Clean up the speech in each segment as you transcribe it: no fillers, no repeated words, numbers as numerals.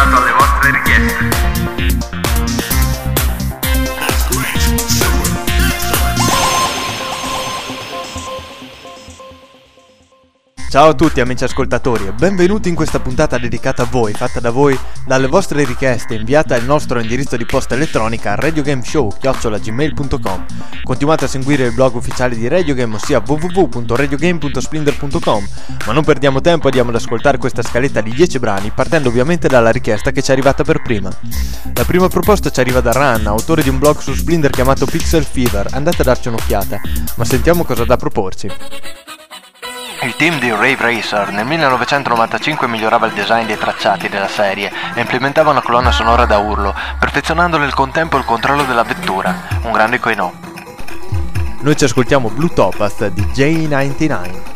limitato alle vostre richieste. Ciao a tutti amici ascoltatori e benvenuti in questa puntata dedicata a voi, fatta da voi, dalle vostre richieste, inviata al nostro indirizzo di posta elettronica radiogameshow@gmail.com. Continuate a seguire il blog ufficiale di Radio Game, ossia www.radiogame.splendor.com, ma non perdiamo tempo e andiamo ad ascoltare questa scaletta di 10 brani, partendo ovviamente dalla richiesta che ci è arrivata per prima. La prima proposta ci arriva da Ran, autore di un blog su Splinter chiamato Pixel Fever. Andate a darci un'occhiata, ma sentiamo cosa ha da proporci. Il team di Rave Racer nel 1995 migliorava il design dei tracciati della serie e implementava una colonna sonora da urlo, perfezionando nel contempo il controllo della vettura. Un grande coinò. Noi ci ascoltiamo Blue Topaz di J99.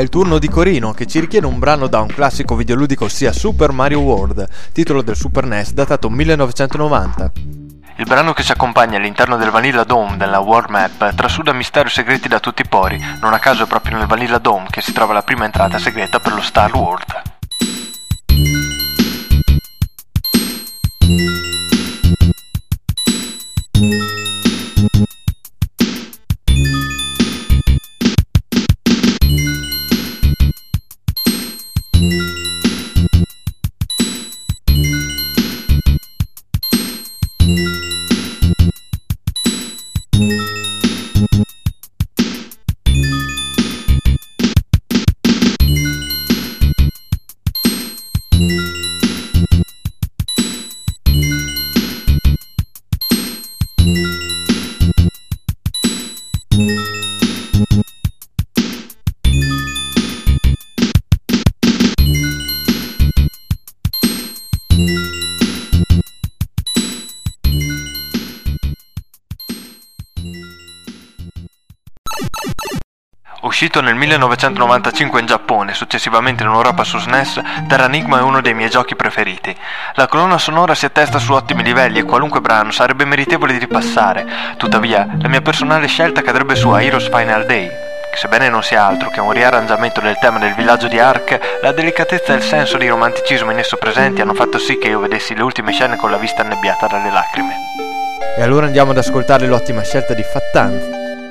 il turno di Corino, che ci richiede un brano da un classico videoludico, ossia Super Mario World, titolo del Super NES datato 1990. Il brano che ci accompagna all'interno del Vanilla Dome della World Map trasuda misteri segreti da tutti i pori. Non a caso è proprio nel Vanilla Dome che si trova la prima entrata segreta per lo Star World. Uscito nel 1995 in Giappone, successivamente in Europa su SNES, Terra Enigma è uno dei miei giochi preferiti. La colonna sonora si attesta su ottimi livelli e qualunque brano sarebbe meritevole di ripassare. Tuttavia, la mia personale scelta cadrebbe su A Hero's Final Day, che sebbene non sia altro che un riarrangiamento del tema del villaggio di Ark, la delicatezza e il senso di romanticismo in esso presenti hanno fatto sì che io vedessi le ultime scene con la vista annebbiata dalle lacrime. E allora andiamo ad ascoltare l'ottima scelta di Fat Tans.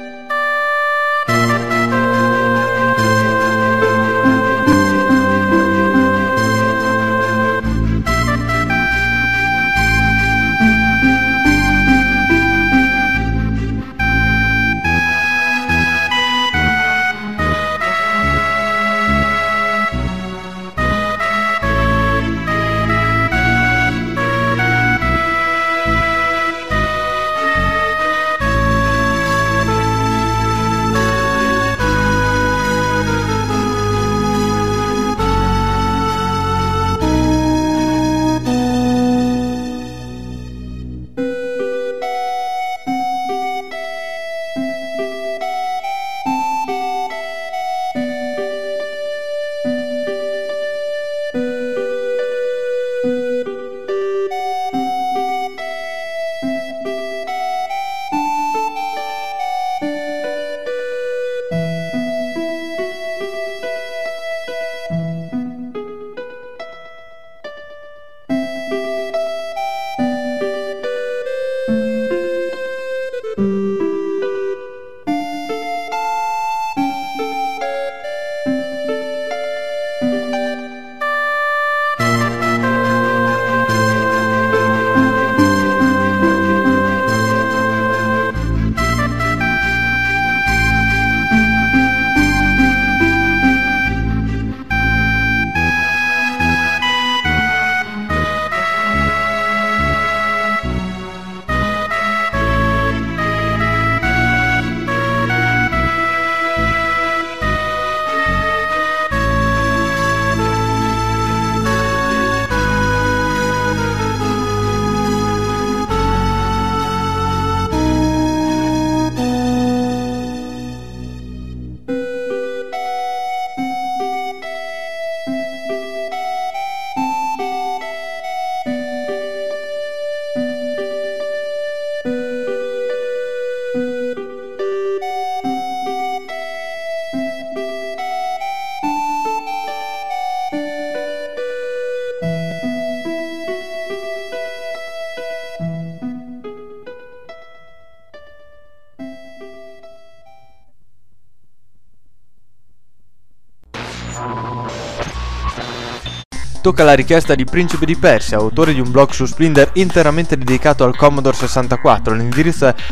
Tocca la richiesta di Principe di Persia, autore di un blog su Splinter interamente dedicato al Commodore 64. L'indirizzo è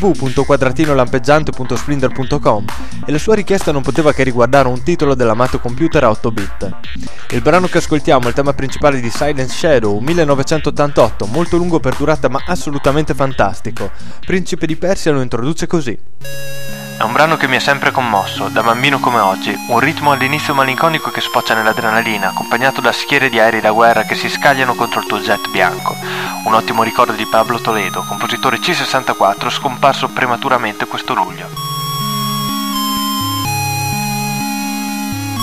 www.quadratino-lampeggiante.splinter.com e la sua richiesta non poteva che riguardare un titolo dell'amato computer a 8 bit. Il brano che ascoltiamo è il tema principale di Silent Shadow 1988, molto lungo per durata ma assolutamente fantastico. Principe di Persia lo introduce così. È un brano che mi ha sempre commosso, da bambino come oggi, un ritmo all'inizio malinconico che sfocia nell'adrenalina, accompagnato da schiere di aerei da guerra che si scagliano contro il tuo jet bianco. Un ottimo ricordo di Pablo Toledo, compositore C64 scomparso prematuramente questo luglio.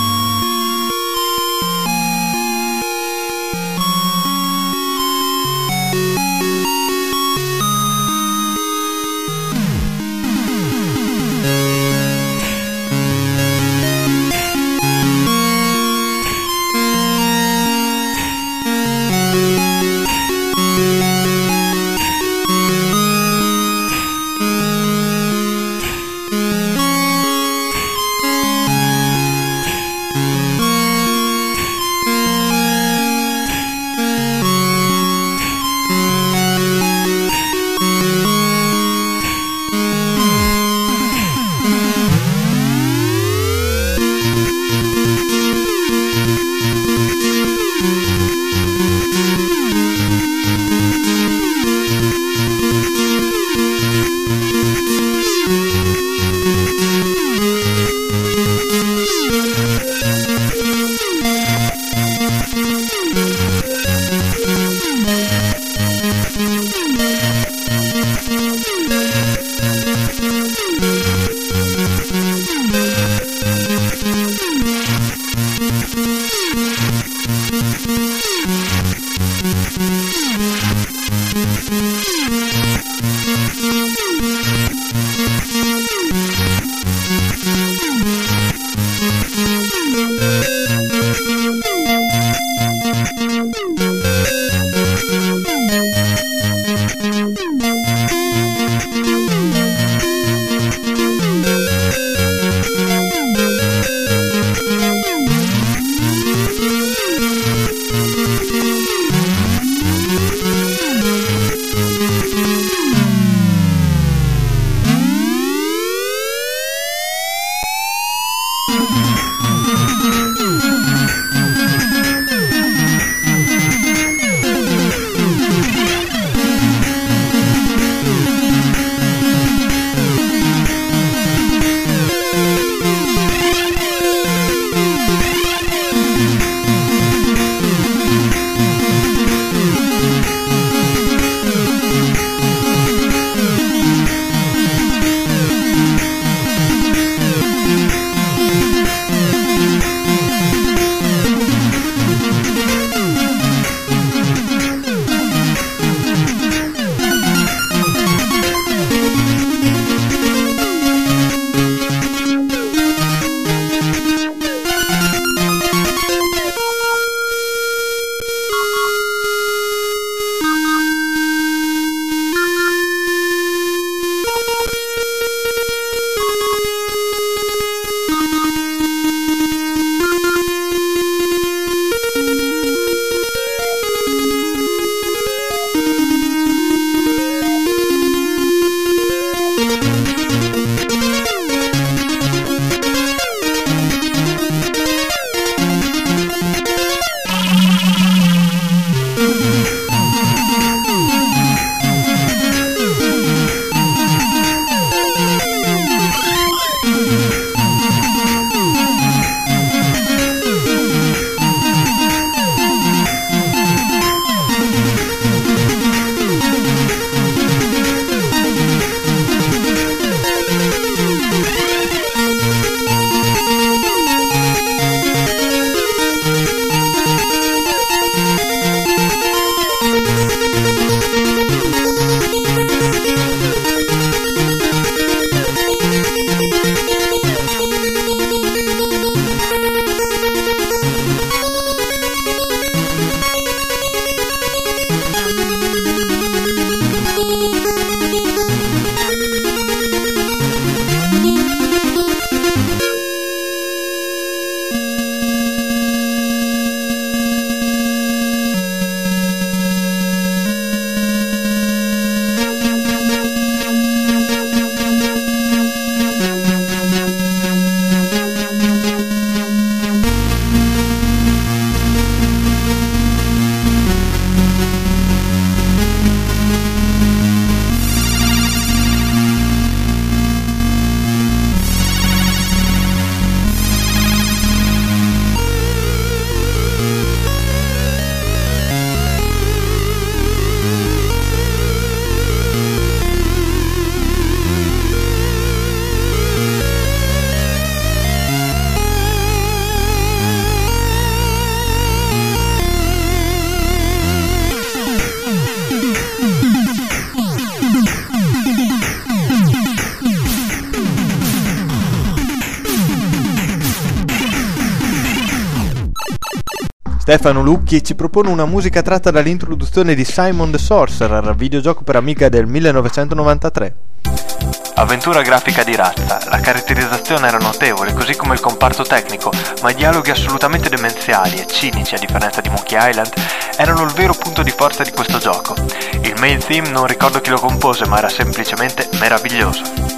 Stefano Lucchi ci propone una musica tratta dall'introduzione di Simon the Sorcerer, videogioco per Amiga del 1993. Avventura grafica di razza, la caratterizzazione era notevole, così come il comparto tecnico, ma i dialoghi assolutamente demenziali e cinici, a differenza di Monkey Island, erano il vero punto di forza di questo gioco. Il main theme non ricordo chi lo compose, ma era semplicemente meraviglioso.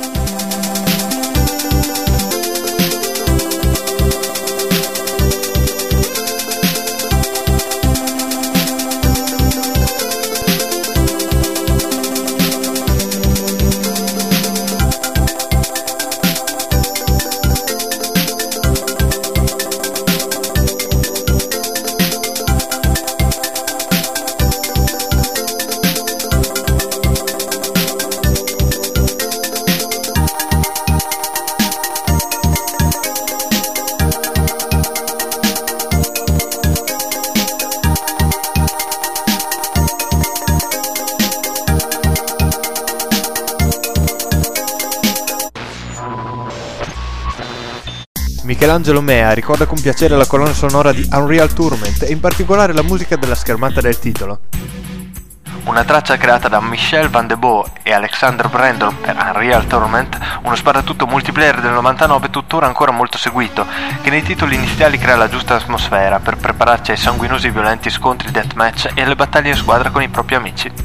Michelangelo Mea ricorda con piacere la colonna sonora di Unreal Tournament e in particolare la musica della schermata del titolo. Una traccia creata da Michel Van de Bo e Alexander Brandon per Unreal Tournament, uno sparatutto multiplayer del 99 tuttora ancora molto seguito, che nei titoli iniziali crea la giusta atmosfera per prepararci ai sanguinosi e violenti scontri deathmatch e alle battaglie in squadra con i propri amici.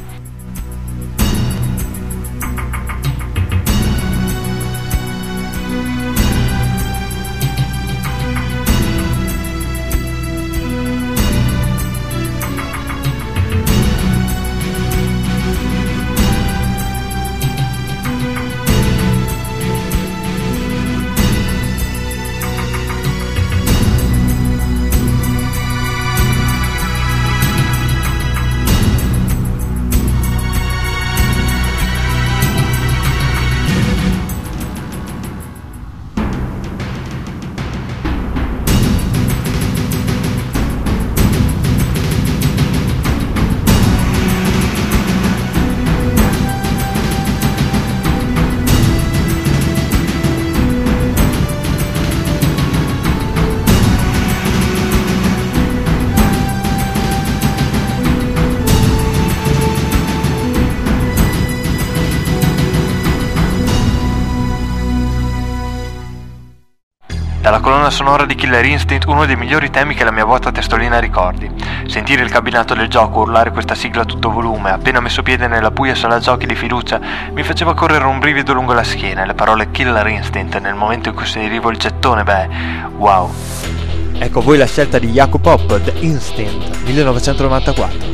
Dalla colonna sonora di Killer Instinct uno dei migliori temi che la mia vuota testolina ricordi. Sentire il cabinato del gioco urlare questa sigla a tutto volume, appena messo piede nella buia sala giochi di fiducia, mi faceva correre un brivido lungo la schiena e le parole Killer Instinct nel momento in cui sentivo il gettone, wow. Ecco a voi la scelta di Jaco Pop, The Instinct, 1994.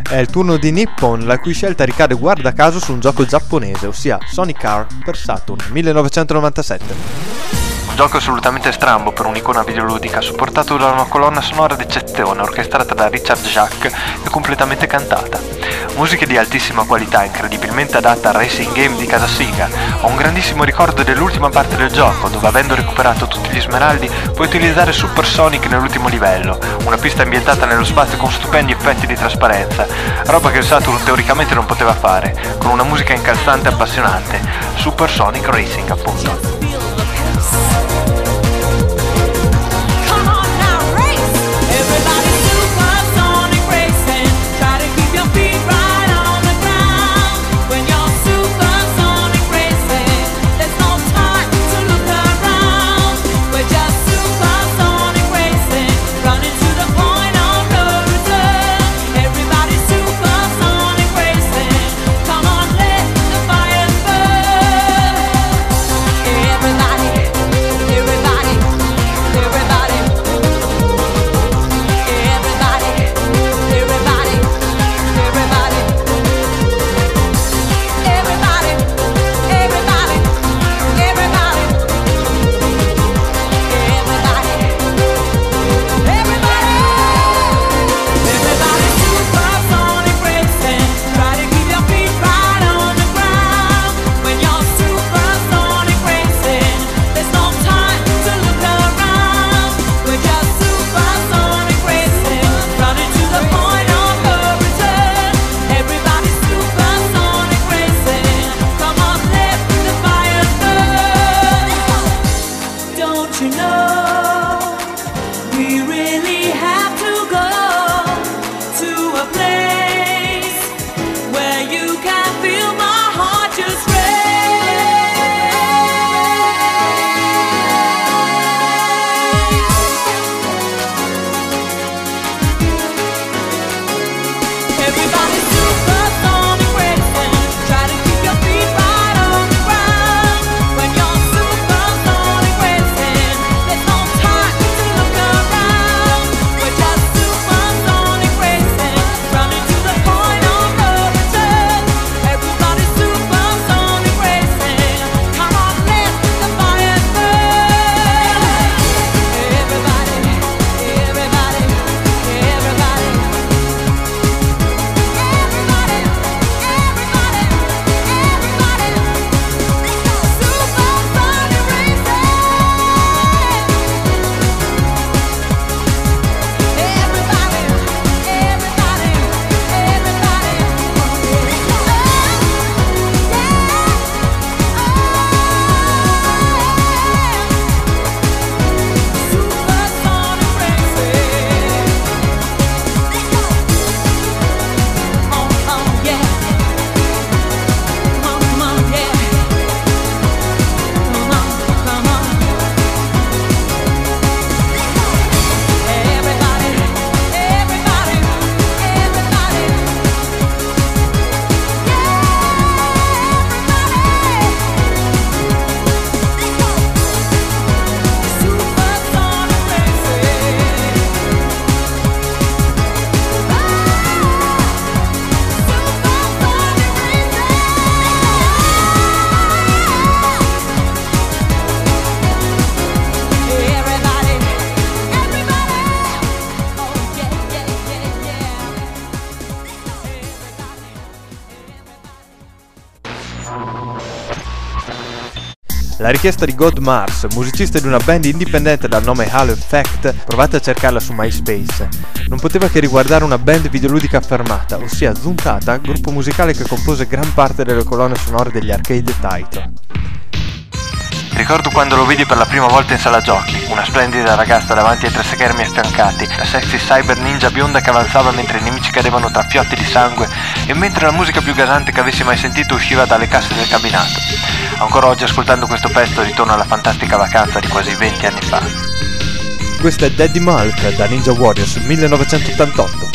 È il turno di Nippon, la cui scelta ricade guarda caso su un gioco giapponese, ossia Sonic R per Saturn 1997. Un gioco assolutamente strambo per un'icona videoludica, supportato da una colonna sonora d'eccezione orchestrata da Richard Jacques e completamente cantata. Musica di altissima qualità, incredibilmente adatta al racing game di casa Sega. Ho un grandissimo ricordo dell'ultima parte del gioco, dove avendo recuperato tutti gli smeraldi puoi utilizzare Super Sonic nell'ultimo livello, una pista ambientata nello spazio con stupendi effetti di trasparenza, roba che il Saturn teoricamente non poteva fare, con una musica incalzante e appassionante. Super Sonic Racing, appunto. La richiesta di God Mars, musicista di una band indipendente dal nome Halo Effect, provate a cercarla su MySpace, non poteva che riguardare una band videoludica affermata, ossia Zuntata, gruppo musicale che compose gran parte delle colonne sonore degli arcade title. Ricordo quando lo vidi per la prima volta in sala giochi, una splendida ragazza davanti ai tre schermi affiancati, la sexy cyber ninja bionda che avanzava mentre i nemici cadevano tra fiotti di sangue e mentre la musica più gasante che avessi mai sentito usciva dalle casse del cabinato. Ancora oggi ascoltando questo pezzo ritorno alla fantastica vacanza di quasi 20 anni fa. Questo è Daddy Mulk da Ninja Warriors 1988.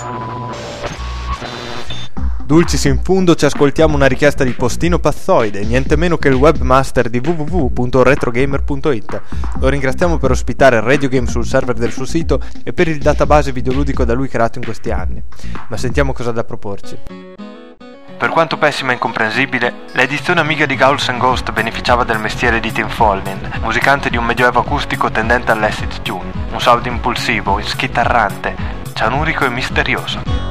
Dulcis in fundo ci ascoltiamo una richiesta di Postino Pazzoide, niente meno che il webmaster di www.retrogamer.it. Lo ringraziamo per ospitare Radio Game sul server del suo sito e per il database videoludico da lui creato in questi anni. Ma sentiamo cosa ha da proporci. Per quanto pessima e incomprensibile, l'edizione Amiga di Ghouls & Ghost beneficiava del mestiere di Tim Follin, musicante di un medioevo acustico tendente all'acid tune, un sound impulsivo, schitarrante, cianurico e misterioso.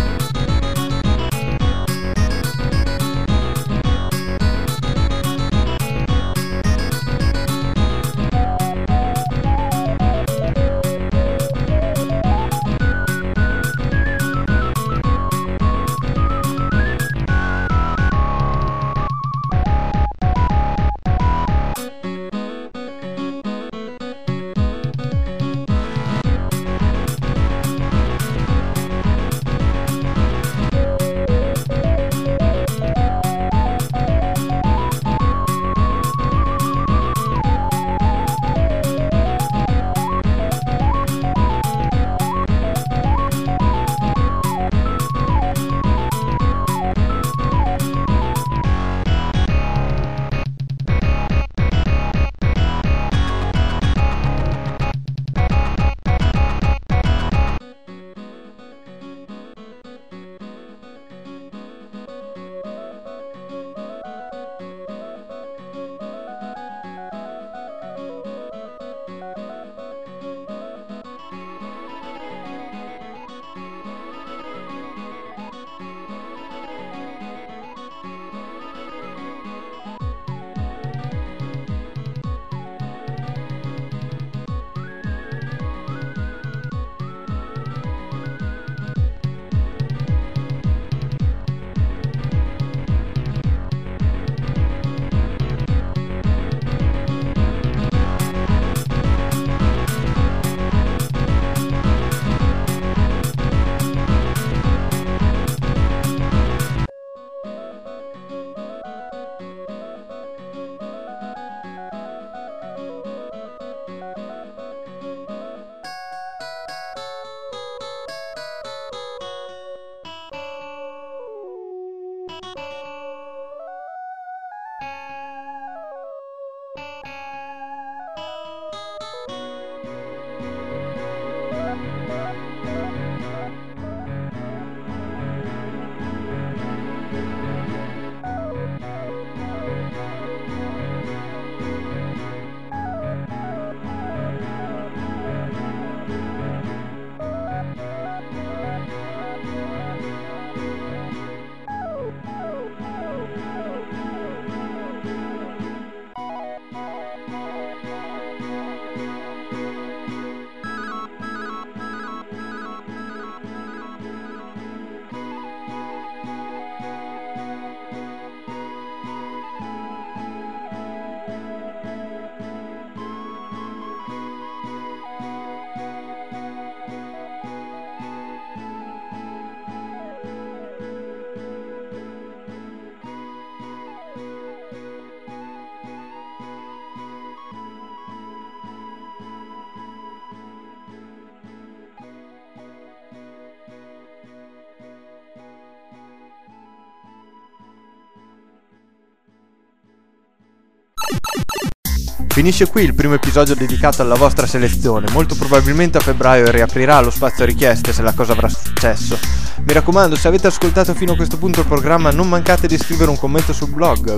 Finisce qui il primo episodio dedicato alla vostra selezione. Molto probabilmente a febbraio riaprirà lo spazio richieste se la cosa avrà successo. Mi raccomando, se avete ascoltato fino a questo punto il programma, non mancate di scrivere un commento sul blog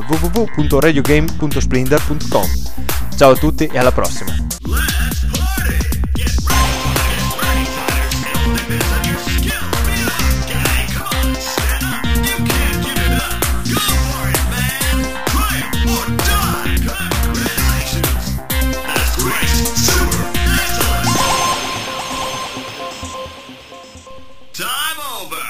www.radiogame.splendor.com. Ciao a tutti e alla prossima. Time over!